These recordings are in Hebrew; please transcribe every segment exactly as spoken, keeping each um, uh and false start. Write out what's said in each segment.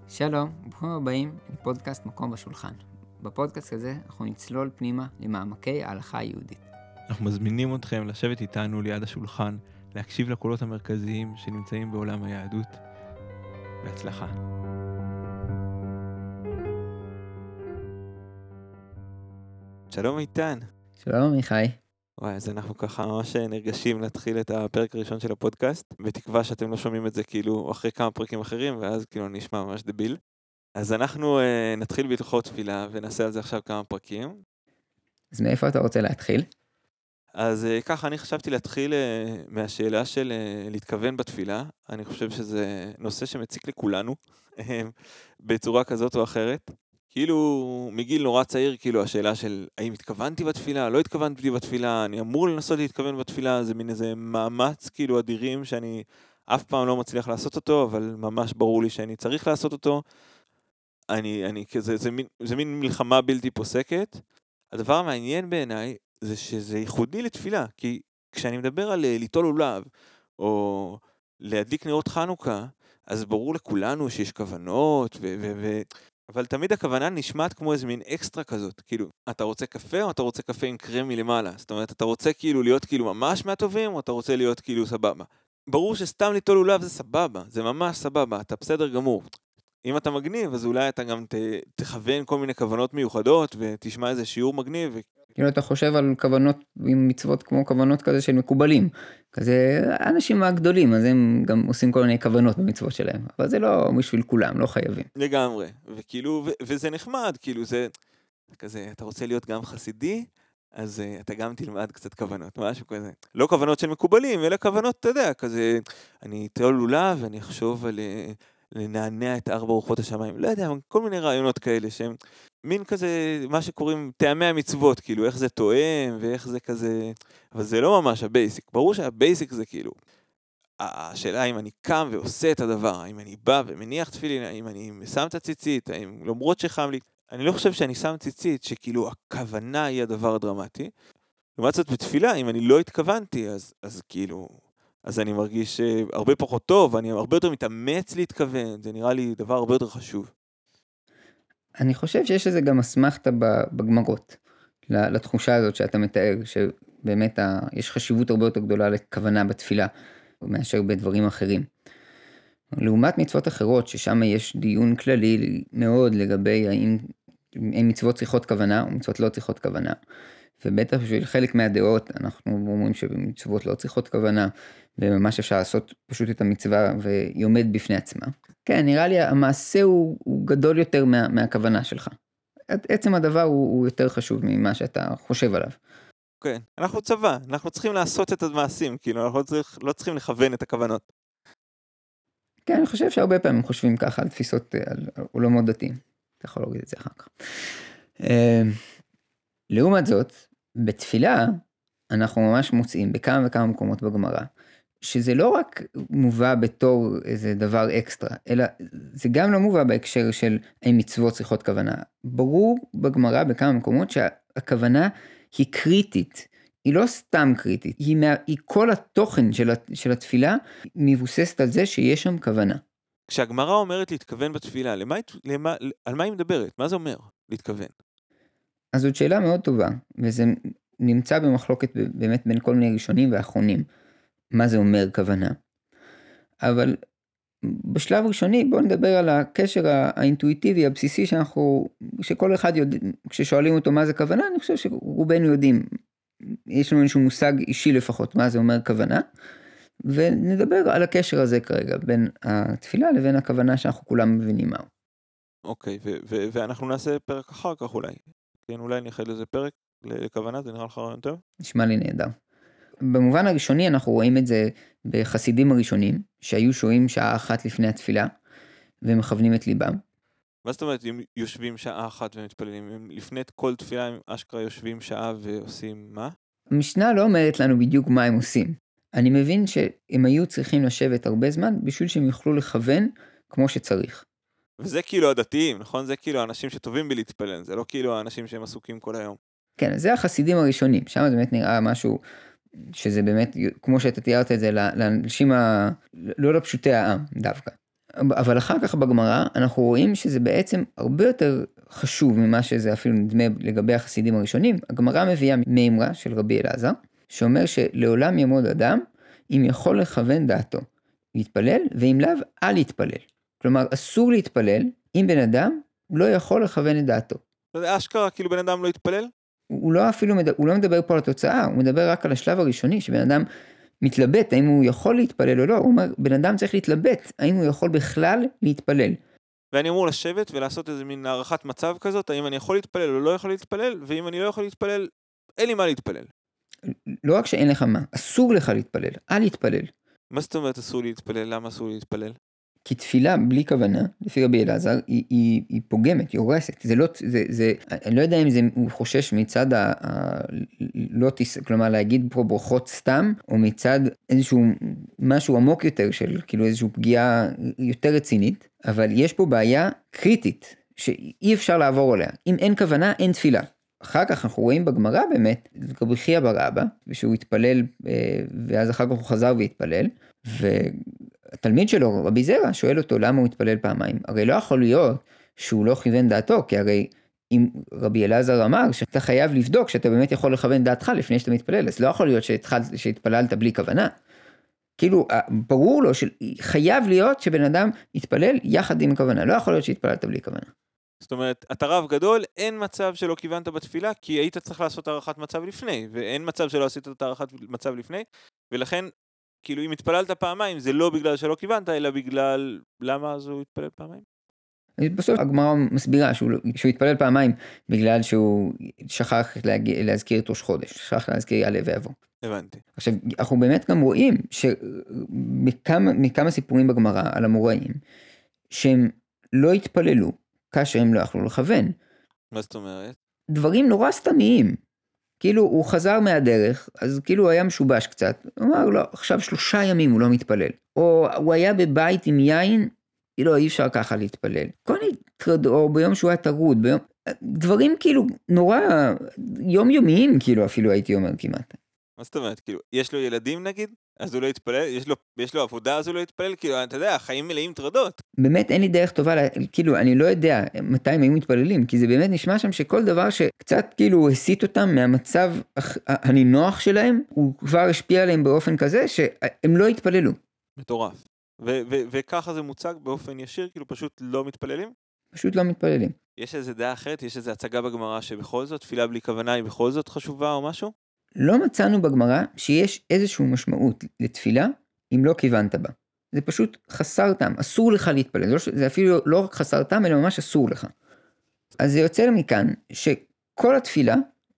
שלום, ברוכים הבאים לפודקאסט מקום בשולחן. בפודקאסט הזה אנחנו נצלול פנימה למעמקי ההלכה היהודית. אנחנו מזמינים אתכם לשבת איתנו ליד השולחן, להקשיב לקולות המרכזיים שנמצאים בעולם היהדות. בהצלחה. שלום איתן. שלום מיכאי. וואי, אז אנחנו ככה ממש נרגשים להתחיל את הפרק הראשון של הפודקאסט, בתקווה שאתם לא שומעים את זה כאילו אחרי כמה פרקים אחרים, ואז כאילו נשמע ממש דביל. אז אנחנו uh, נתחיל בהלכות תפילה ונעשה על זה עכשיו כמה פרקים. אז מאיפה אתה רוצה להתחיל? אז uh, ככה, אני חשבתי להתחיל uh, מהשאלה של uh, להתכוון בתפילה. אני חושב שזה נושא שמציק לכולנו, בצורה כזאת או אחרת. כאילו, מגיל נורא צעיר, כאילו, השאלה של האם התכוונתי בתפילה, לא התכוונתי בתפילה, אני אמור לנסות להתכוון בתפילה, זה מין איזה מאמץ, כאילו, אדירים, שאני אף פעם לא מצליח לעשות אותו, אבל ממש ברור לי שאני צריך לעשות אותו. אני, אני, זה, זה מין, זה מין מלחמה בלתי פוסקת. הדבר המעניין בעיניי, זה שזה ייחודי לתפילה, כי כשאני מדבר על ליטול לולב, או להדליק נרות חנוכה, אז ברור לכולנו שיש כוונות, ו... ו, ו אבל תמיד הכוונה נשמעת כמו איזה מין אקסטרה כזאת, כאילו, אתה רוצה קפה או אתה רוצה קפה עם קרם מלמעלה? זאת אומרת, אתה רוצה כאילו להיות כאילו ממש מהטובים, או אתה רוצה להיות כאילו סבבה? ברור שסתם ליטול לולב זה סבבה, זה ממש סבבה, אתה בסדר גמור. אם אתה מגניב, אז אולי אתה גם ת, תכוון כל מיני כוונות מיוחדות, ותשמע איזה שיעור מגניב. כאילו אתה חושב על כוונות עם מצוות כמו כוונות כזה של מקובלים. כזה האנשים הגדולים, אז הם גם עושים כל מיני כוונות במצוות שלהם. אבל זה לא בשביל כולם, לא חייבים. לגמרי. וכאילו, ו- וזה נחמד, כאילו זה כזה, אתה רוצה להיות גם חסידי, אז uh, אתה גם תלמד קצת כוונות, משהו כזה. לא כוונות של מקובלים, אלא כוונות, אתה יודע, כזה, אני אטעול לולב ואני אחשוב על uh, לנענע את ארבע רוחות השמיים. לא יודע, כל מיני רעיונות כאלה שהם מין כזה, מה שקוראים טעמי המצוות, כאילו, איך זה תואם ואיך זה כזה, אבל זה לא ממש הבייסיק. ברור שהבייסיק זה כאילו, השאלה אם אני קם ועושה את הדבר, האם אני בא ומניח תפילין, האם אני שם את הציצית, האם למרות שחם לי, אני לא חושב שאני שם ציצית, שכאילו הכוונה היא הדבר הדרמטי. לעומת זאת בתפילה, אם אני לא התכוונתי, אז, אז כאילו, אז אני מרגיש הרבה פחות טוב, אני הרבה יותר מתאמץ להתכוון, זה נראה לי דבר הרבה יותר חשוב. אני חושב שיש לזה גם אסמכתה בגמרות, לתחושה הזאת שאתה מתאר, שבאמת יש חשיבות הרבה יותר גדולה לכוונה בתפילה, מאשר בדברים אחרים. לעומת מצוות אחרות, ששם יש דיון כללי מאוד לגבי האם, האם מצוות צריכות כוונה, או מצוות לא צריכות כוונה. ובטח בשביל חלק מהדעות, אנחנו אומרים שמצוות לא צריכות כוונה, וממש אפשר לעשות פשוט את המצווה, והיא עומד בפני עצמה. כן, נראה לי המעשה הוא, הוא גדול יותר מה, מהכוונה שלך. עצם הדבר הוא, הוא יותר חשוב ממה שאתה חושב עליו. כן, אנחנו צבא, אנחנו צריכים לעשות את המעשים, כאילו, אנחנו לא, צריך, לא צריכים לכוון את הכוונות. כן, אני חושב שהרבה פעמים חושבים ככה על תפיסות, על עולמות דתיים. אתה יכול להגיד את זה אחר כך. לעומת זאת, בתפילה, אנחנו ממש מוצאים בכמה וכמה מקומות בגמרא, שזה לא רק מובא בתור איזה דבר אקסטרה, אלא זה גם לא מובא בהקשר של האם מצוות צריכות כוונה. ברור בגמרא בכמה מקומות שהכוונה היא קריטית, היא לא סתם קריטית, היא, מה, היא כל התוכן של, של התפילה מבוססת על זה שיש שם כוונה. כשהגמרא אומרת להתכוון בתפילה, למה, למה, על מה היא מדברת? מה זה אומר להתכוון? אז זאת שאלה מאוד טובה, וזה נמצא במחלוקת באמת בין כל מיני ראשונים ואחרונים, מה זה אומר כוונה. אבל בשלב ראשוני בואו נדבר על הקשר האינטואיטיבי הבסיסי שאנחנו, שכל אחד יודע, כששואלים אותו מה זה כוונה, אני חושב שרובנו יודעים, יש לנו איזשהו מושג אישי לפחות, מה זה אומר כוונה, ונדבר על הקשר הזה כרגע, בין התפילה לבין הכוונה שאנחנו כולם מבינים מהו. אוקיי, ו- ו- ואנחנו נעשה פרק אחר כך אולי. כן, אולי נייחד לזה פרק לכוונה, זה נראה לך רעיון טוב? נשמע לי נהדר. במובן הראשוני אנחנו רואים את זה בחסידים הראשונים, שהיו שוהים שעה אחת לפני התפילה, ומכוונים את ליבם. מה זאת אומרת, אם יושבים שעה אחת ומתפללים, אם לפני כל תפילה הם אשכרה יושבים שעה ועושים מה? המשנה לא אומרת לנו בדיוק מה הם עושים. אני מבין שהם היו צריכים לשבת הרבה זמן, בשביל שהם יוכלו לכוון כמו שצריך. וזה כאילו הדתיים, נכון? זה כאילו האנשים שטובים בלהתפלל, זה לא כאילו האנשים שהם עסוקים כל היום. כן, זה החסידים הראשונים, שם זה באמת נראה משהו שזה באמת, כמו שאתה תיארת את זה, לאנשים ה... לא לפשוטי העם דווקא. אבל אחר כך בגמרא אנחנו רואים שזה בעצם הרבה יותר חשוב ממה שזה אפילו נדמה לגבי החסידים הראשונים. הגמרא מביאה מימרה של רבי אלעזר, שאומר שלעולם יעמוד אדם אם יכול לכוון דעתו להתפלל, ואם לאו אל יתפלל. כלומר, אסור להתפלל אם בן אדם לא יכול לכוון את דעתו. זה אשכרה, כאילו בן אדם לא יתפלל? הוא לא אפילו מדבר, הוא לא מדבר פה על התוצאה, הוא מדבר רק על השלב הראשוני, שבן אדם מתלבט האם הוא יכול להתפלל או לא. הוא אומר, בן אדם צריך להתלבט האם הוא יכול בכלל להתפלל. ואני אמור לשבת ולעשות איזה מין הערכת מצב כזאת, האם אני יכול להתפלל או לא יכול להתפלל, ואם אני לא יכול להתפלל, אין לי מה להתפלל. לא רק שאין לך מה, אסור לך להתפלל, אל להתפלל. מה זאת אומרת אסור להתפלל? למה אסור להתפלל? כי תפילה בלי כוונה, לפי רבי אלעזר, היא, היא, היא פוגמת, היא הורסת. זה לא, זה, זה, אני לא יודע אם זה, הוא חושש מצד ה, ה, לא תס, כלומר להגיד פה ברכות סתם, או מצד איזשהו משהו עמוק יותר של כאילו איזשהו פגיעה יותר רצינית, אבל יש פה בעיה קריטית, שאי אפשר לעבור עליה. אם אין כוונה, אין תפילה. אחר כך אנחנו רואים בגמרא באמת, רבי חייא בר אבא, שהוא התפלל, ואז אחר כך הוא חזר והתפלל, והתלמיד שלו, רבי זרע, שואל אותו למה הוא התפלל פעמיים. הרי לא יכול להיות שהוא לא כיוון דעתו, כי הרי אם רבי אלעזר אמר שאתה חייב לבדוק שאתה באמת יכול לכוון דעתך לפני שאתה מתפלל, אז לא יכול להיות שהתפללת בלי כוונה. כאילו, ברור לו שחייב להיות שבן אדם יתפלל יחד עם כוונה, לא יכול להיות שהתפללת בלי כוונה. זאת אומרת, אתה רב גדול, אין מצב שלא כיוונת בתפילה, כי היית צריך לעשות הערכת מצב לפני, ואין מצב שלא עשית את הערכת מצב לפני, ולכן, כאילו, אם התפללת פעמיים, זה לא בגלל שלא כיוונת, אלא בגלל, למה אז הוא התפלל פעמיים? בסוף הגמרא מסבירה שהוא, שהוא התפלל פעמיים, בגלל שהוא שכח להגיע, להזכיר את ראש חודש, שכח להזכיר יעלה ויבוא. הבנתי. עכשיו, אנחנו באמת גם רואים, שמכמה, מכמה סיפורים בגמרא על המוראים, שהם לא התפללו, כאשר הם לא יכלו לכוון. מה זאת אומרת? דברים נורא סתמיים. כאילו הוא חזר מהדרך, אז כאילו הוא היה משובש קצת. הוא אמר לו, עכשיו שלושה ימים הוא לא מתפלל. או הוא היה בבית עם יין, לא, אי אפשר ככה להתפלל. כל מיני, או ביום שהוא היה טרוד, ביום, דברים כאילו נורא יומיומיים, כאילו אפילו הייתי אומר כמעט. מה זאת אומרת? כאילו, יש לו ילדים נגיד? אז הוא לא יתפלל? יש לו, יש לו עבודה אז הוא לא יתפלל? כאילו, אתה יודע, החיים מלאים טרדות. באמת אין לי דרך טובה, כאילו, אני לא יודע מתי הם היו מתפללים, כי זה באמת נשמע שם שכל דבר שקצת כאילו הסיט אותם מהמצב הנינוח שלהם, הוא כבר השפיע עליהם באופן כזה שהם לא יתפללו. מטורף. ו- ו- וככה זה מוצג באופן ישיר, כאילו פשוט לא מתפללים? פשוט לא מתפללים. יש איזה דעה אחרת? יש איזה הצגה בגמרא שבכל זאת, תפילה בלי כוונה היא בכל זאת חשובה או משהו? לא מצאנו בגמרא שיש איזושהי משמעות לתפילה אם לא כיוונת בה. זה פשוט חסר טעם, אסור לך להתפלל. זה, לא, זה אפילו לא רק חסר טעם, אלא ממש אסור לך. אז זה יוצא מכאן שכל התפילה,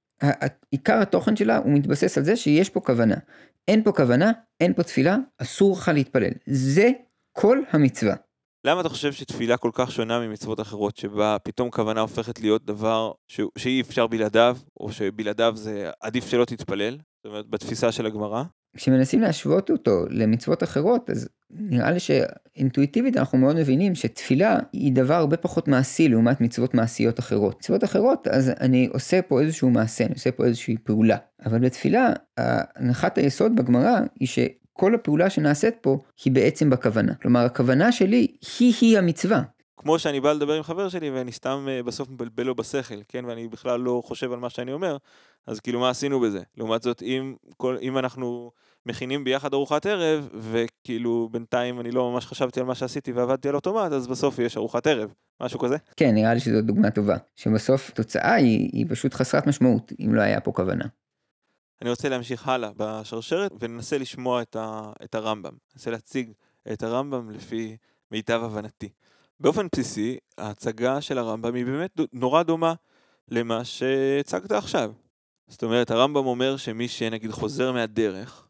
עיקר התוכן שלה הוא מתבסס על זה שיש פה כוונה. אין פה כוונה, אין פה תפילה, אסור לך להתפלל. זה כל המצווה. למה אתה חושב שתפילה כל כך שונה ממצוות אחרות, שבה פתאום כוונה הופכת להיות דבר ש... שאי אפשר בלעדיו, או שבלעדיו זה עדיף שלא תתפלל? זאת אומרת, בתפיסה של הגמרא? כשמנסים להשוות אותו למצוות אחרות, אז נראה לי שאינטואיטיבית אנחנו מאוד מבינים שתפילה היא דבר הרבה פחות מעשי לעומת מצוות מעשיות אחרות. מצוות אחרות, אז אני עושה פה איזשהו מעשה, אני עושה פה איזושהי פעולה. אבל בתפילה, הנחת היסוד בגמרא היא שכל הפעולה שנעשית פה היא בעצם בכוונה. כלומר, הכוונה שלי היא-היא המצווה. כמו שאני בא לדבר עם חבר שלי ואני סתם בסוף מבלבל לו בשכל, כן? ואני בכלל לא חושב על מה שאני אומר, אז כאילו מה עשינו בזה? לעומת זאת, אם, כל, אם אנחנו מכינים ביחד ארוחת ערב, וכאילו בינתיים אני לא ממש חשבתי על מה שעשיתי ועבדתי על אוטומט, אז בסוף יש ארוחת ערב, משהו כזה? כן, נראה לי שזו דוגמה טובה, שבסוף התוצאה היא, היא פשוט חסרת משמעות, אם לא היה פה כוונה. אני רוצה להמשיך הלאה בשרשרת, וננסה לשמוע את, ה, את הרמב"ם. ננסה להציג את הרמב"ם לפי מיטב הבנתי. באופן בסיסי, ההצגה של הרמב"ם היא באמת נורא דומה למה שהצגת עכשיו. זאת אומרת, הרמב"ם אומר שמי שנגיד חוזר מהדרך,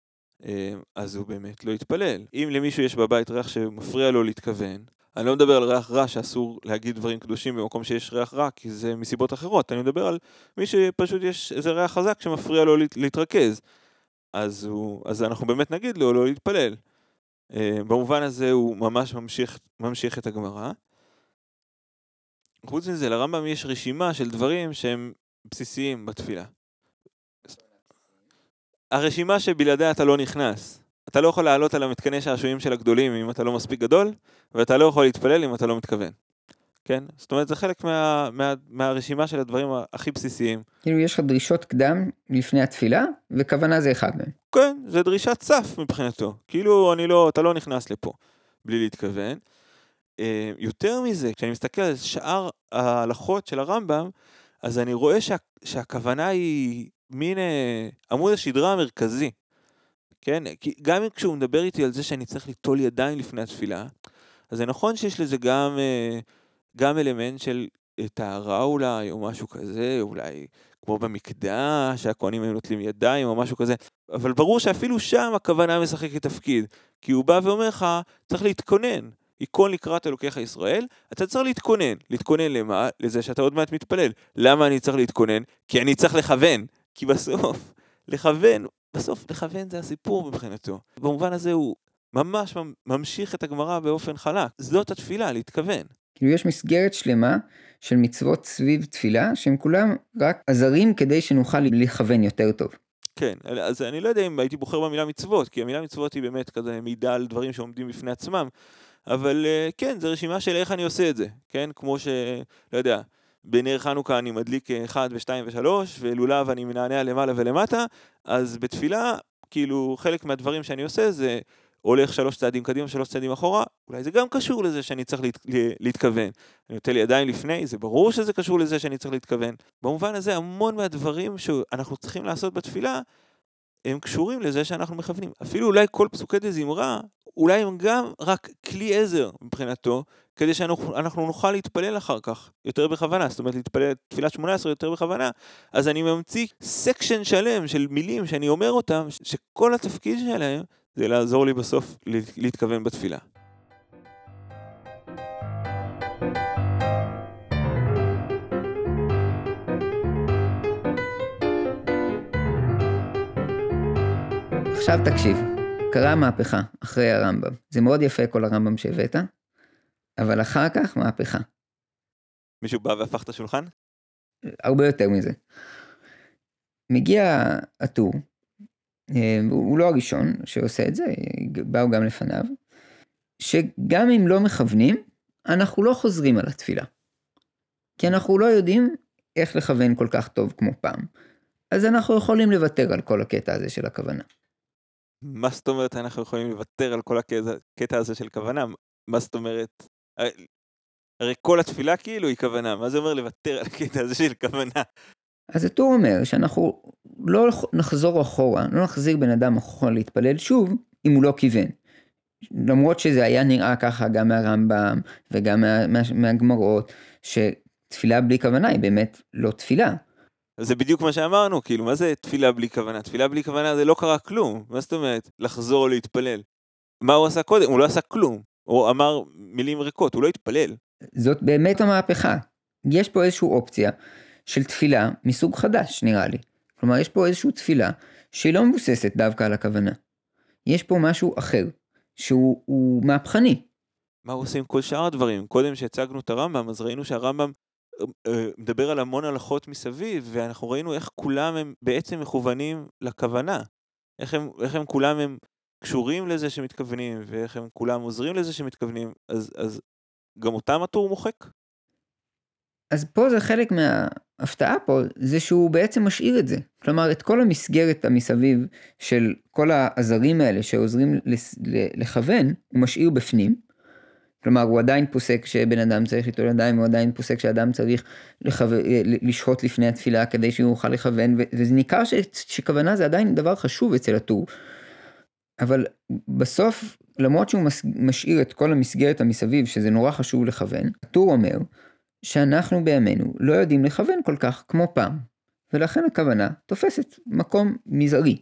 אז הוא באמת לא יתפלל. אם למישהו יש בבית ריח שמפריע לו להתכוון, אני לא מדבר על ריח רע שאסור להגיד דברים קדושים במקום שיש ריח רע, כי זה מסיבות אחרות. אני מדבר על מי שפשוט יש איזה ריח חזק שמפריע לו להתרכז. אז, הוא, אז אנחנו באמת נגיד לו לא להתפלל. במובן הזה הוא ממש ממשיך, ממשיך את הגמרא. חוץ מזה, לרמב"ם יש רשימה של דברים שהם בסיסיים בתפילה. הרשימה שבלעדיה אתה לא נכנס. אתה לא יכול לעלות על המתקני שעשועים של הגדולים אם אתה לא מספיק גדול, ואתה לא יכול להתפלל אם אתה לא מתכוון. כן? זאת אומרת, זה חלק מה, מה, מהרשימה של הדברים הכי בסיסיים. כאילו יש לך דרישות קדם לפני התפילה, וכוונה זה אחד מהם. כן, זה דרישת סף מבחינתו. כאילו, אני לא, אתה לא נכנס לפה בלי להתכוון. יותר מזה, כשאני מסתכל על שאר ההלכות של הרמב"ם, אז אני רואה שה, שהכוונה היא מין עמוד השדרה המרכזי. כן? כי גם כשהוא מדבר איתי על זה שאני צריך ליטול ידיים לפני התפילה, אז זה נכון שיש לזה גם, גם אלמנט של טהרה אולי, או משהו כזה, אולי כמו במקדש, שהכהנים היו נוטלים ידיים, או משהו כזה, אבל ברור שאפילו שם הכוונה משחקת תפקיד, כי הוא בא ואומר לך, צריך להתכונן, ייכון לקראת אלוקיך ישראל, אתה צריך להתכונן. להתכונן למה? לזה שאתה עוד מעט מתפלל. למה אני צריך להתכונן? כי אני צריך לכוון. כי בסוף, לכוון, בסוף לכוון זה הסיפור מבחינתו. במובן הזה הוא ממש ממשיך את הגמרא באופן חלק. זאת התפילה, להתכוון. כאילו יש מסגרת שלמה של מצוות סביב תפילה, שהם כולם רק עזרים כדי שנוכל לכוון יותר טוב. כן, אז אני לא יודע אם הייתי בוחר במילה מצוות, כי המילה מצוות היא באמת כזה מידע על דברים שעומדים בפני עצמם, אבל כן, זו רשימה של איך אני עושה את זה, כן? כמו ש, לא יודע, בנר חנוכה אני מדליק אחד ושתיים ושלוש, ולולב אני מנענע למעלה ולמטה, אז בתפילה, כאילו, חלק מהדברים שאני עושה זה הולך שלוש צעדים קדימה, שלוש צעדים אחורה, אולי זה גם קשור לזה שאני צריך להת, להתכוון. אני נוטה לי ידיים לפני, זה ברור שזה קשור לזה שאני צריך להתכוון. במובן הזה, המון מהדברים שאנחנו צריכים לעשות בתפילה, הם קשורים לזה שאנחנו מכוונים. אפילו אולי כל פסוקי דזמרה, אולי הם גם רק כלי עזר מבחינתו, כדי שאנחנו נוכל להתפלל אחר כך, יותר בכוונה, זאת אומרת להתפלל תפילת שמונה עשרה יותר בכוונה, אז אני ממציא סקשן שלם של מילים שאני אומר אותם, שכל התפקיד שלהם זה לעזור לי בסוף להתכוון בתפילה. עכשיו תקשיב, קרה מהפכה אחרי הרמב"ם. זה מאוד יפה כל הרמב"ם שהבאת, אבל אחר כך מהפכה. מישהו בא והפך את השולחן? הרבה יותר מזה. מגיע הטור, הוא לא הראשון שעושה את זה, באו גם לפניו, שגם אם לא מכוונים, אנחנו לא חוזרים על התפילה. כי אנחנו לא יודעים איך לכוון כל כך טוב כמו פעם. אז אנחנו יכולים לוותר על כל הקטע הזה של הכוונה. מה זאת אומרת אנחנו יכולים לוותר על כל הקטע הזה של כוונה? מה זאת אומרת? הרי כל התפילה כאילו היא כוונה. מה זה אומר לוותר על הקטע הזה של כוונה? אז הטור אומר שאנחנו לא נחזור אחורה, לא נחזיר בן אדם אחורה להתפלל שוב, אם הוא לא כיוון. למרות שזה היה נראה ככה גם מהרמב"ם וגם מה, מה, מהגמרות, שתפילה בלי כוונה היא באמת לא תפילה. זה בדיוק מה שאמרנו, כאילו, מה זה תפילה בלי כוונה? תפילה בלי כוונה זה לא קרה כלום. מה זאת אומרת? לחזור להתפלל. מה הוא עשה קודם? הוא לא עשה כלום. הוא אמר מילים ריקות, הוא לא התפלל. זאת באמת המהפכה. יש פה איזושהי אופציה של תפילה מסוג חדש, נראה לי. כלומר, יש פה איזושהי תפילה שהיא לא מבוססת דווקא על הכוונה. יש פה משהו אחר, שהוא מהפכני. מה הוא עושה עם כל שאר הדברים? קודם שהצגנו את הרמב"ם, אז ראינו שהרמב"ם מדבר על המון הלכות מסביב, ואנחנו ראינו איך כולם הם בעצם מכוונים לכוונה. איך הם, איך הם כולם הם קשורים לזה שמתכוונים, ואיך הם כולם עוזרים לזה שמתכוונים, אז, אז גם אותם הטור מוחק? אז פה זה חלק מההפתעה פה, זה שהוא בעצם משאיר את זה. כלומר, את כל המסגרת המסביב של כל העזרים האלה שעוזרים לכוון, הוא משאיר בפנים. כלומר, הוא עדיין פוסק שבן אדם צריך ליטול ידיים, הוא עדיין פוסק שאדם צריך לחו... לשהות לפני התפילה כדי שהוא יוכל לכוון, וזה ניכר ש... שכוונה זה עדיין דבר חשוב אצל הטור. אבל בסוף, למרות שהוא משאיר את כל המסגרת המסביב, שזה נורא חשוב לכוון, הטור אומר שאנחנו בימינו לא יודעים לכוון כל כך כמו פעם, ולכן הכוונה תופסת מקום מזערי.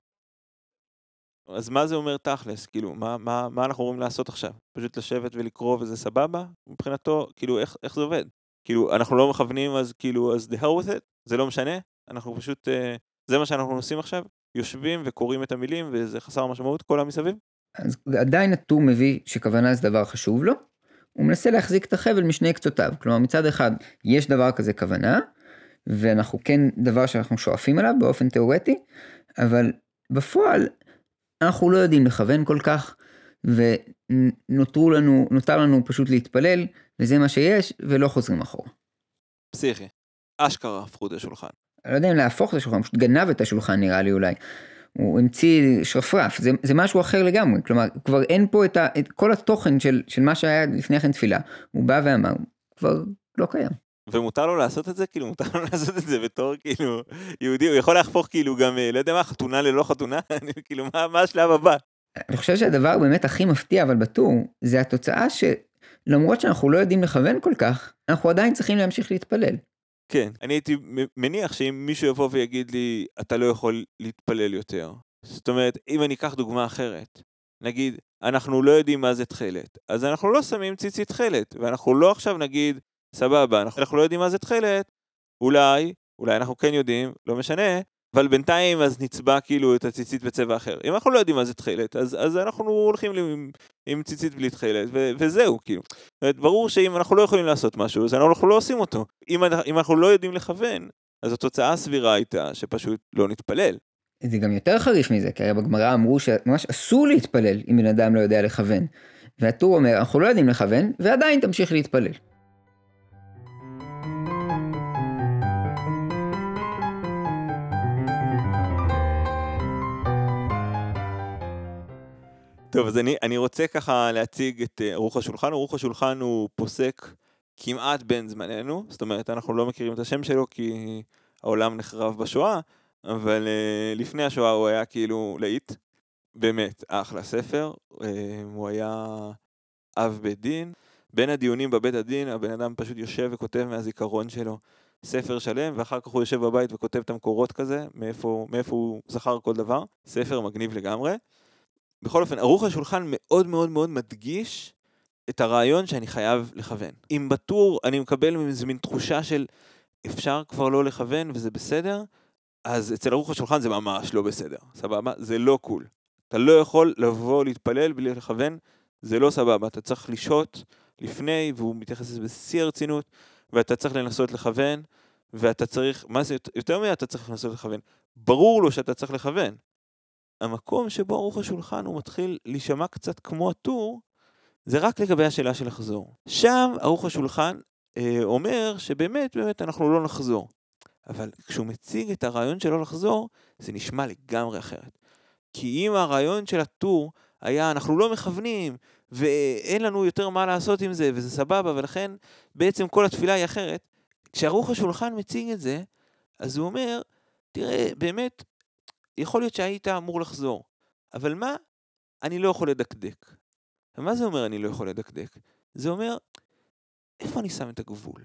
אז מה זה אומר תכלס? כאילו, מה, מה, מה אנחנו אומרים לעשות עכשיו? פשוט לשבת ולקרוא וזה סבבה? מבחינתו, כאילו, איך, איך זה עובד? כאילו, אנחנו לא מכוונים, אז כאילו, אז the hell with it? זה לא משנה? אנחנו פשוט, uh, זה מה שאנחנו עושים עכשיו? יושבים וקוראים את המילים, וזה חסר משמעות, כל המסביב? אז עדיין הטור מביא שכוונה זה דבר חשוב לו, הוא מנסה להחזיק את החבל משני קצותיו. כלומר, מצד אחד, יש דבר כזה כוונה, ואנחנו כן דבר שאנחנו שואפים עליו באופן תיאורטי, אבל בפועל, אנחנו לא יודעים לכוון כל כך, ונותרו לנו, נותר לנו פשוט להתפלל, וזה מה שיש, ולא חוזרים אחורה. פסיכי. אשכרה הפכו את השולחן. אני לא יודע אם להפוך את השולחן, פשוט גנב את השולחן נראה לי אולי. הוא המציא שרפרף, זה, זה משהו אחר לגמרי, כלומר, כבר אין פה את, ה, את כל התוכן של, של מה שהיה לפני כן תפילה, הוא בא ואמר, כבר לא קיים. ומותר לו לעשות את זה? כאילו, מותר לו לעשות את זה בתור, כאילו, יהודי, הוא יכול להפוך, כאילו, גם, לא יודע מה, חתונה ללא חתונה? כאילו, מה, מה השלב הבא? אני חושב שהדבר באמת הכי מפתיע, אבל בטור, זה התוצאה שלמרות שאנחנו לא יודעים לכוון כל כך, אנחנו עדיין צריכים להמשיך להתפלל. כן, אני הייתי מניח שאם מישהו יבוא ויגיד לי, אתה לא יכול להתפלל יותר. זאת אומרת, אם אני אקח דוגמה אחרת, נגיד, אנחנו לא יודעים מה זה תחילת, אז אנחנו לא שמים ציצית תחילת, ואנחנו לא עכשיו נגיד, סבבה, אנחנו לא יודעים מה זה תחילת, אולי, אולי אנחנו כן יודעים, לא משנה, אבל בינתיים אז נצבע כאילו את הציצית בצבע אחר. אם אנחנו לא יודעים מה זה תחילת, אז, אז אנחנו הולכים עם, עם ציצית בלי תחילת, ו, וזהו, כאילו. ברור שאם אנחנו לא יכולים לעשות משהו, אז אנחנו לא עושים אותו. אם, אם אנחנו לא יודעים לכוון, אז התוצאה הסבירה הייתה שפשוט לא נתפלל. זה גם יותר חריף מזה, כי הרי בגמרא אמרו שממש אסור להתפלל אם בן אדם לא יודע לכוון. והטור אומר, אנחנו לא יודעים לכוון, ועדיין תמשיך להתפלל. טוב, אז אני, אני רוצה ככה להציג את ערוך השולחן. ערוך השולחן הוא פוסק כמעט בין זמננו, זאת אומרת, אנחנו לא מכירים את השם שלו כי העולם נחרב בשואה, אבל uh, לפני השואה הוא היה כאילו להיט, באמת אחלה ספר, uh, הוא היה אב בית דין, בין הדיונים בבית הדין, הבן אדם פשוט יושב וכותב מהזיכרון שלו ספר שלם, ואחר כך הוא יושב בבית וכותב את המקורות כזה, מאיפה, מאיפה הוא זכר כל דבר, ספר מגניב לגמרי. בכל אופן, ערוך השולחן מאוד מאוד מאוד מדגיש את הרעיון שאני חייב לכוון. אם בטור אני מקבל איזו מין תחושה של אפשר כבר לא לכוון וזה בסדר, אז אצל ערוך השולחן זה ממש לא בסדר, סבבה? זה לא קול. אתה לא יכול לבוא להתפלל בלי לכוון, זה לא סבבה. אתה צריך לשהות לפני, והוא מתייחס לזה בשיא הרצינות, ואתה צריך לנסות לכוון, ואתה צריך, מה זה יותר מי אתה צריך לנסות לכוון? ברור לו שאתה צריך לכוון. המקום שבו ערוך השולחן הוא מתחיל להישמע קצת כמו הטור, זה רק לגבי השאלה של לחזור. שם ערוך השולחן אה, אומר שבאמת, באמת אנחנו לא נחזור. אבל כשהוא מציג את הרעיון שלא לחזור, זה נשמע לגמרי אחרת. כי אם הרעיון של הטור היה אנחנו לא מכוונים, ואין לנו יותר מה לעשות עם זה, וזה סבבה, ולכן בעצם כל התפילה היא אחרת, כשערוך השולחן מציג את זה, אז הוא אומר, תראה, באמת, יכול להיות שהיית אמור לחזור, אבל מה? אני לא יכול לדקדק. ומה זה אומר אני לא יכול לדקדק? זה אומר, איפה אני שם את הגבול?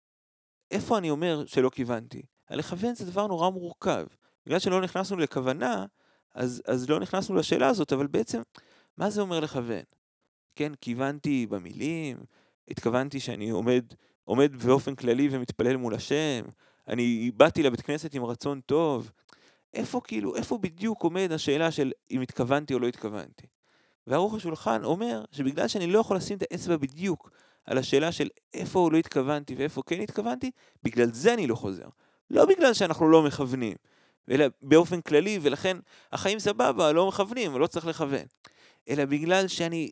איפה אני אומר שלא כיוונתי? לכוון זה דבר נורא מורכב. בגלל שלא נכנסנו לכוונה, אז, אז לא נכנסנו לשאלה הזאת, אבל בעצם, מה זה אומר לכוון? כן, כיוונתי במילים, התכוונתי שאני עומד, עומד באופן כללי ומתפלל מול השם, אני באתי לבית כנסת עם רצון טוב, איפה כאילו, איפה בדיוק עומד השאלה של אם התכוונתי או לא התכוונתי? וערוך השולחן אומר שבגלל שאני לא יכול לשים את האצבע בדיוק על השאלה של איפה לא התכוונתי ואיפה כן התכוונתי, בגלל זה אני לא חוזר. לא בגלל שאנחנו לא מכוונים, אלא באופן כללי, ולכן החיים סבבה, לא מכוונים, לא צריך לכוון. אלא בגלל שאני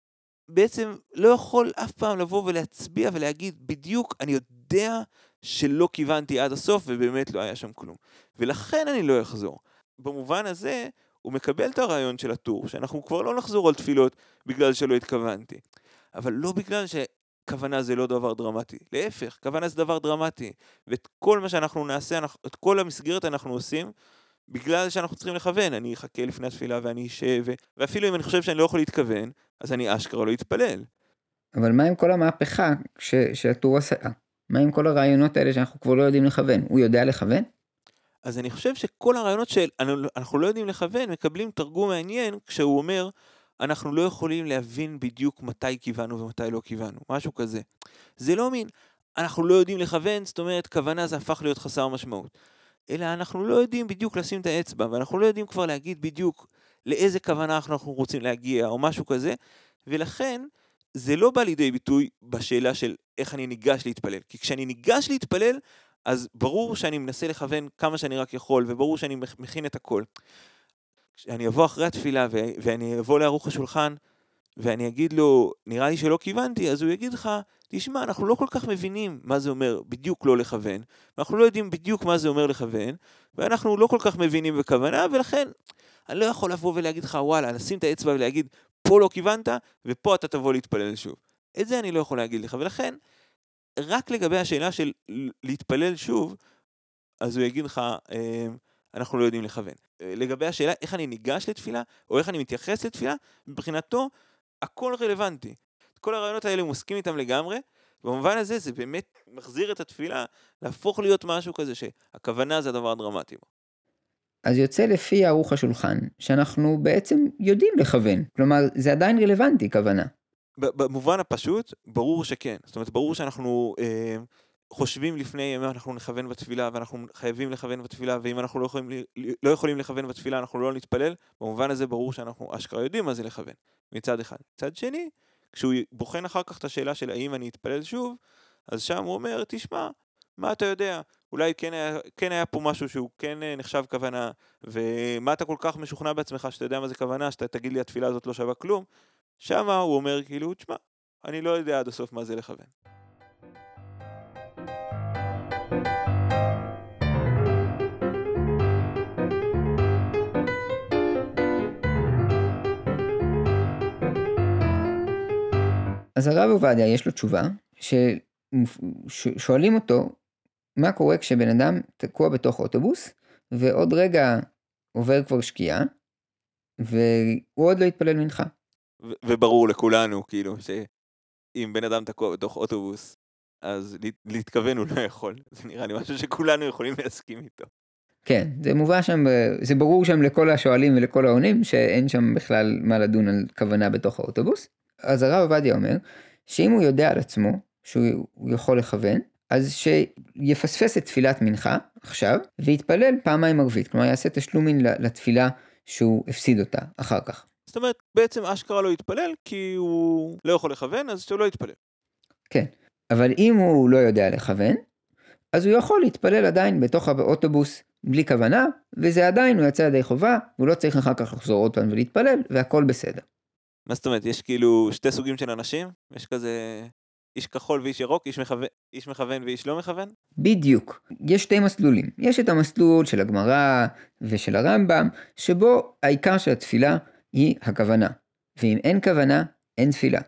בעצם לא יכול אף פעם לבוא ולהצביע ולהגיד בדיוק, אני יודע שלא כיוונתי עד הסוף ובאמת לא היה שם כלום. ולכן אני לא אחזור. במובן הזה הוא מקבל את הרעיון של הטור, שאנחנו כבר לא נחזור על תפילות בגלל שלא התכוונתי. אבל לא בגלל שכוונה זה לא דבר דרמטי. להפך, כוונה זה דבר דרמטי. ואת כל מה שאנחנו נעשה, את כל המסגרת אנחנו עושים, בגלל שאנחנו צריכים לכוון. אני אחכה לפני התפילה ואני אשב, ואפילו אם אני חושב שאני לא יכול להתכוון, אז אני אשכרה לא אתפלל. אבל מה עם כל המהפכה ש, שהטור עשה? מה עם כל הרעיונות האלה שאנחנו כבר לא יודעים לכוון? הוא יודע לכוון? אז אני חושב שכל הרעיונות שאנחנו לא יודעים לכוון, מקבלים תרגום מעניין כשהוא אומר, אנחנו לא יכולים להבין בדיוק מתי כיוונו ומתי לא כיוונו, משהו כזה. זה לא מין, אנחנו לא יודעים לכוון, זאת אומרת, כוונה זה הפך להיות חסר משמעות. אלא אנחנו לא יודעים בדיוק לשים את האצבע, ואנחנו לא יודעים כבר להגיד בדיוק לאיזה כוונה אנחנו רוצים להגיע, או משהו כזה, ולכן זה לא בא לידי ביטוי בשאלה של איך אני ניגש להתפלל. כי כשאני ניגש להתפלל, אז ברור שאני מנסה לכוון כמה שאני רק יכול, וברור שאני מכין את הכל. אני אבוא אחרי התפילה ו- ואני אבוא לערוך השולחן, ואני אגיד לו, נראה לי שלא כיוונתי, אז הוא יגיד לך, תשמע, אנחנו לא כל כך מבינים מה זה אומר בדיוק לא לכוון, ואנחנו לא יודעים בדיוק מה זה אומר לכוון, ואנחנו לא כל כך מבינים בכוונה, ולכן אני לא יכול לבוא ולהגיד לך, וואלה, לשים את האצבע ולהגיד, פה לא כיוונת, ופה אתה תבוא להתפלל שוב. את זה אני לא יכול להגיד לך, ולכן, רק לגבי השאלה של להתפלל שוב, אז הוא יגיד לך, אנחנו לא יודעים לכוון. לגבי השאלה, איך אני ניגש לתפילה, או איך אני מתייחס לתפילה, מבחינתו, הכל רלוונטי. כל הרעיונות האלה מוסכים איתם לגמרי, במובן הזה זה באמת מחזיר את התפילה, להפוך להיות משהו כזה, שהכוונה זה הדבר הדרמטי בו. אז יוצא לפי ערוך השולחן, שאנחנו בעצם יודעים לכוון. כלומר, זה עדיין רלוונטי, כוונה. במובן הפשוט, ברור שכן. זאת אומרת, ברור שאנחנו אה, חושבים לפני אם אנחנו נכוון בתפילה, ואנחנו חייבים לכוון בתפילה, ואם אנחנו לא יכולים, לא יכולים לכוון בתפילה, אנחנו לא נתפלל. במובן הזה ברור שאנחנו אשכרה יודעים מה זה לכוון, מצד אחד. מצד שני, כשהוא בוחן אחר כך את השאלה של האם אני אתפלל שוב, אז שם הוא אומר, תשמע, מה אתה יודע? אולי כן היה, כן היה פה משהו שהוא כן נחשב כוונה, ומה אתה כל כך משוכנע בעצמך שאתה יודע מה זה כוונה, שאתה תגיד לי התפילה הזאת לא שווה כלום. שם הוא אומר כאילו, תשמע, אני לא יודע עד הסוף מה זה לכוון. אז הרב עובדיה יש לו תשובה, ששואלים אותו, מה קורה כשבן אדם תקוע בתוך אוטובוס, ועוד רגע עובר כבר שקיעה, והוא עוד לא יתפלל מנחה. ו- וברור לכולנו, כאילו, שאם בן אדם תקוע בתוך אוטובוס, אז להתכוון הוא לא יכול. זה נראה לי משהו שכולנו יכולים להסכים איתו. כן, זה מובא שם, זה ברור שם לכל השואלים ולכל העונים, שאין שם בכלל מה לדון על כוונה בתוך האוטובוס. אז הרב עובדיה אומר, שאם הוא יודע על עצמו, שהוא יכול לכוון, אז שיפספס את תפילת מנחה עכשיו, ויתפלל פעמיים ערבית. כלומר, יעשה תשלומין לתפילה שהוא הפסיד אותה אחר כך. זאת אומרת, בעצם אשכרה לא יתפלל, כי הוא לא יכול לכוון, אז שהוא לא יתפלל. כן, אבל אם הוא לא יודע לכוון, אז הוא יכול להתפלל עדיין בתוך האוטובוס בלי כוונה, וזה עדיין הוא יצא ידי חובה, והוא לא צריך אחר כך לחזור עוד פעם ולהתפלל, והכל בסדר. מה זאת אומרת, יש כאילו שתי סוגים של אנשים? יש כזה איש כחול ואיש ירוק, איש מכוון, איש מכוון ואיש לא מכוון? בדיוק. יש שתי מסלולים. יש את המסלול של הגמרא ושל הרמב"ם, שבו העיקר של התפילה היא הכוונה. ואם אין כוונה, אין תפילה.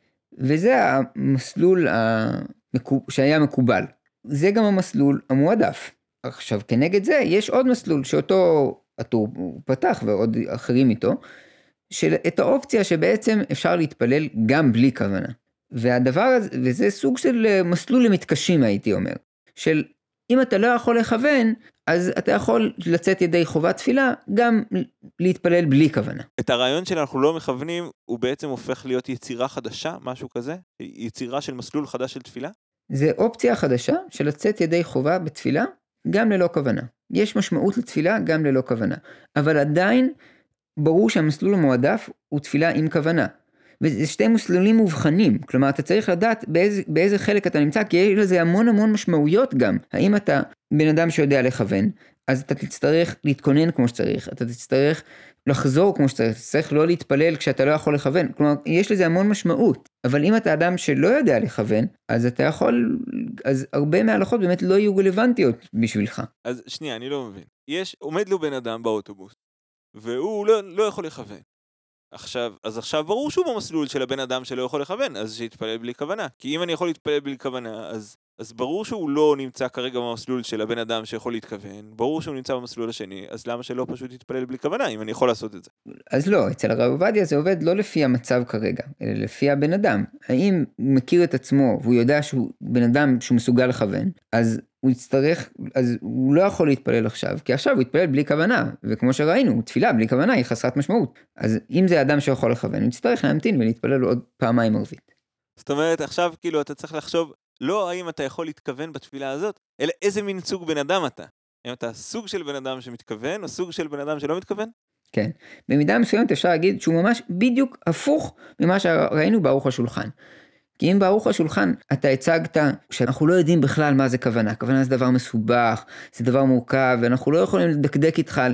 וזה המסלול המקוב... שהיה מקובל. זה גם המסלול המועדף. עכשיו, כנגד זה, יש עוד מסלול שאותו הטור פתח ועוד אחרים איתו, של את האופציה שבעצם אפשר להתפלל גם בלי כוונה. והדבר הזה, וזה סוג של מסלול למתקשים, הייתי אומר, של אם אתה לא יכול לכוון, אז אתה יכול לצאת ידי חובת תפילה, גם להתפלל בלי כוונה. את הרעיון שאנחנו לא מכוונים, הוא בעצם הופך להיות יצירה חדשה, משהו כזה? יצירה של מסלול חדש של תפילה? זה אופציה חדשה של לצאת ידי חובה בתפילה, גם ללא כוונה. יש משמעות לתפילה גם ללא כוונה. אבל עדיין ברור שהמסלול המועדף הוא תפילה עם כוונה. וזה שתי מסלולים מובחנים, כלומר אתה צריך לדעת באיזה, באיזה חלק אתה נמצא, כי יש לזה המון המון משמעויות גם. האם אתה בן אדם שיודע לכוון, אז אתה תצטרך להתכונן כמו שצריך, אתה תצטרך לחזור כמו שצריך, אתה תצטרך לא להתפלל כשאתה לא יכול לכוון, כלומר יש לזה המון משמעות. אבל אם אתה אדם שלא יודע לכוון, אז אתה יכול, אז הרבה מההלכות באמת לא יהיו רלוונטיות בשבילך. אז שנייה, אני לא מבין. יש, עומד לו בן אדם באוטובוס, והוא לא, לא יכול לכוון. עכשיו, אז עכשיו ברור שהוא במסלול של הבן אדם שלא יכול לכוון, אז שיתפלל בלי כוונה. כי אם אני יכול להתפלל בלי כוונה, אז, אז ברור שהוא לא נמצא כרגע במסלול של הבן אדם שיכול להתכוון, ברור שהוא נמצא במסלול השני, אז למה שלא פשוט יתפלל בלי כוונה, אם אני יכול לעשות את זה? אז לא, אצל הרב עובדיה זה עובד לא לפי המצב כרגע, אלא לפי הבן אדם. האם הוא מכיר את עצמו, והוא יודע שהוא בן אדם שהוא מסוגל לכוון, אז הוא יצטרך, אז הוא לא יכול להתפלל עכשיו, כי עכשיו הוא יתפלל בלי כוונה, וכמו שראינו, תפילה בלי כוונה היא חסרת משמעות. אז אם זה אדם שיכול לכוון, הוא יצטרך להמתין ולהתפלל עוד פעמיים ערבית. זאת אומרת, עכשיו כאילו אתה צריך לחשוב, לא האם אתה יכול להתכוון בתפילה הזאת, אלא איזה מין סוג בן אדם אתה. האם אתה סוג של בן אדם שמתכוון, או סוג של בן אדם שלא מתכוון? כן. במידה מסוימת אפשר להגיד שהוא ממש בדיוק הפוך ממה שראינו בערוך השולחן. כי אם בערוך השולחן אתה הצגת שאנחנו לא יודעים בכלל מה זה כוונה, כוונה זה דבר מסובך, זה דבר מורכב, ואנחנו לא יכולים לדקדק איתך על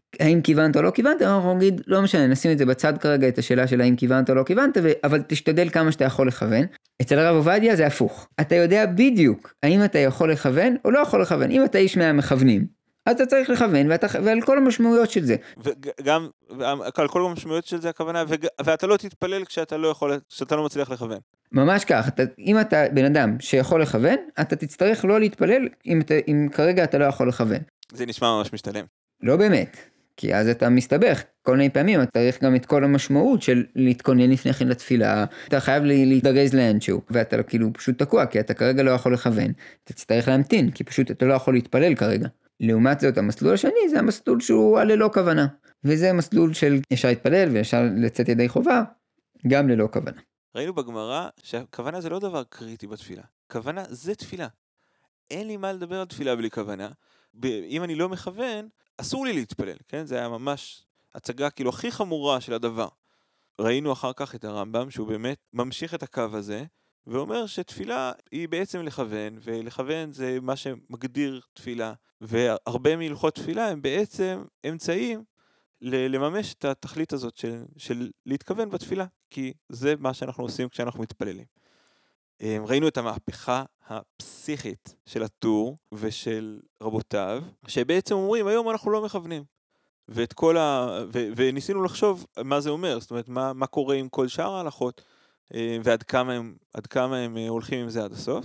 האם כיוונת או לא כיוונת, אנחנו נגיד, לא משנה, נשים את זה בצד כרגע, את השאלה של האם כיוונת או לא כיוונת, ו... אבל תשתדל כמה שאתה יכול לכוון. אצל הרב עובדיה זה הפוך. אתה יודע בדיוק האם אתה יכול לכוון או לא יכול לכוון. אם אתה איש מהמכוונים, אז אתה צריך לכוון, ואתה... ועל כל המשמעויות של זה. וגם, על כל המשמעויות של זה הכוונה, וג... ואתה לא תתפלל כשאתה לא יכול, כשאתה לא מצליח לכוון. ממש כך, אתה, אם אתה בן אדם שיכול לכוון, אתה תצטרך לא להתפלל אם, אתה, אם כרגע אתה לא יכול לכוון. זה נשמע ממש משתלם. לא באמת, כי אז אתה מסתבך. כל מיני פעמים אתה צריך גם את כל המשמעות של להתכונן לפני כן לתפילה, אתה חייב להתדרז לאנשהו, ואתה כאילו פשוט תקוע, כי אתה כרגע לא יכול לכוון, אתה תצטרך להמתין, כי פשוט אתה לא יכול להתפלל כרגע. לעומת זאת, המסלול השני זה המסלול שהוא ללא כוונה, וזה מסלול של אפשר להתפלל ואפשר לצאת ידי חובה, גם ללא כוונה. ראינו בגמרא שהכוונה זה לא דבר קריטי בתפילה. כוונה זה תפילה. אין לי מה לדבר על תפילה בלי כוונה. אם אני לא מכוון, אסור לי להתפלל, כן? זה היה ממש הצגה כאילו הכי חמורה של הדבר. ראינו אחר כך את הרמב"ם שהוא באמת ממשיך את הקו הזה, ואומר שתפילה היא בעצם לכוון, ולכוון זה מה שמגדיר תפילה. והרבה מהלכות תפילה הם בעצם אמצעים לממש את התכלית הזאת של, של להתכוון בתפילה, כי זה מה שאנחנו עושים כשאנחנו מתפללים. ראינו את המהפכה הפסיכית של הטור ושל רבותיו, שבעצם אומרים, היום אנחנו לא מכוונים. ואת כל ה... ו... וניסינו לחשוב מה זה אומר, זאת אומרת, מה, מה קורה עם כל שאר ההלכות, ועד כמה הם, עד כמה הם הולכים עם זה עד הסוף.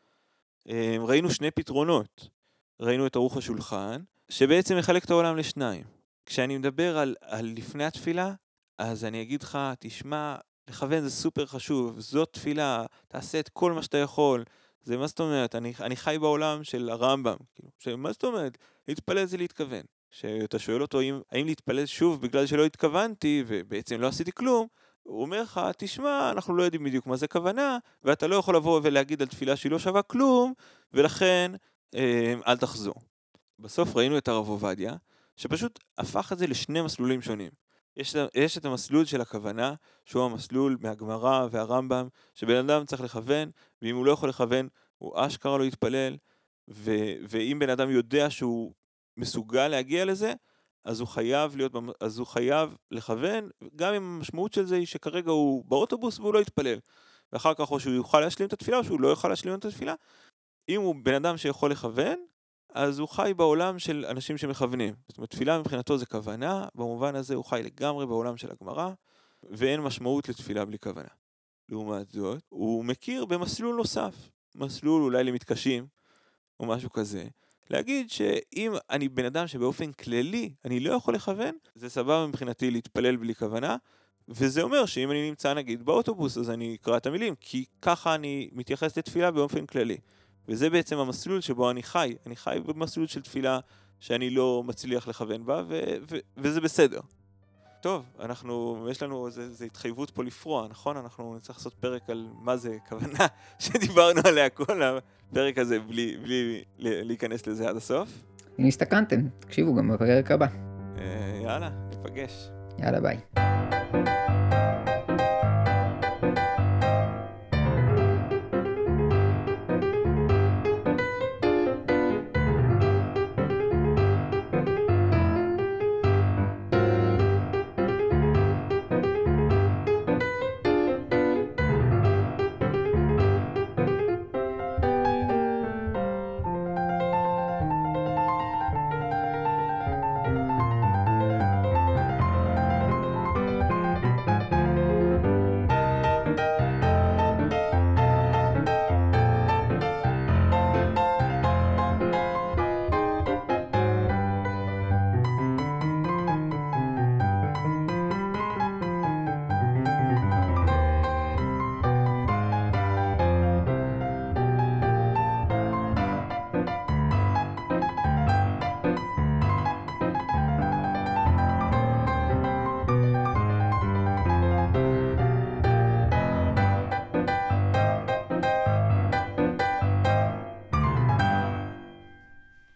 ראינו שני פתרונות. ראינו את ערוך השולחן, שבעצם מחלק את העולם לשניים. כשאני מדבר על, על לפני התפילה, אז אני אגיד לך, תשמע, לכוון זה סופר חשוב, זאת תפילה, תעשה את כל מה שאתה יכול. זה מה זאת אומרת, אני, אני חי בעולם של הרמב"ם, כאילו, מה זאת אומרת, להתפלל זה להתכוון. שאתה שואל אותו, האם, האם להתפלל שוב בגלל שלא התכוונתי, ובעצם לא עשיתי כלום, הוא אומר לך, תשמע, אנחנו לא יודעים בדיוק מה זה כוונה, ואתה לא יכול לבוא ולהגיד על תפילה שהיא לא שווה כלום, ולכן אה, אל תחזור. בסוף ראינו את הרב עובדיה, שפשוט הפך את זה לשני מסלולים שונים. יש, יש את המסלול של הכוונה, שהוא המסלול מהגמרא והרמב"ם, שבן אדם צריך לכוון, ואם הוא לא יכול לכוון, הוא אשכרה לא יתפלל, ו, ואם בן אדם יודע שהוא מסוגל להגיע לזה, אז הוא חייב להיות, אז הוא חייב לכוון, גם אם המשמעות של זה היא שכרגע הוא באוטובוס והוא לא יתפלל. ואחר כך או שהוא יוכל להשלים את התפילה, או שהוא לא יוכל להשלים את התפילה. אם הוא בן אדם שיכול לכוון, אז הוא חי בעולם של אנשים שמכוונים. זאת אומרת, תפילה מבחינתו זה כוונה, במובן הזה הוא חי לגמרי בעולם של הגמרא, ואין משמעות לתפילה בלי כוונה. לעומת זאת, הוא מכיר במסלול נוסף, מסלול אולי למתקשים, או משהו כזה, להגיד שאם אני בן אדם שבאופן כללי אני לא יכול לכוון, זה סבבה מבחינתי להתפלל בלי כוונה, וזה אומר שאם אני נמצא נגיד באוטובוס, אז אני אקרא את המילים, כי ככה אני מתייחס לתפילה באופן כללי. וזה בעצם המסלול שבו אני חי. אני חי במסלול של תפילה שאני לא מצליח לכוון בה, ו- ו- וזה בסדר. טוב, אנחנו, יש לנו איזו התחייבות פה לפרוע, נכון? אנחנו נצטרך לעשות פרק על מה זה כוונה, שדיברנו עליה כל הפרק הזה, בלי, בלי להיכנס לזה עד הסוף. אם הסתכנתם, תקשיבו גם בפרק הבא. יאללה, ניפגש. יאללה, ביי.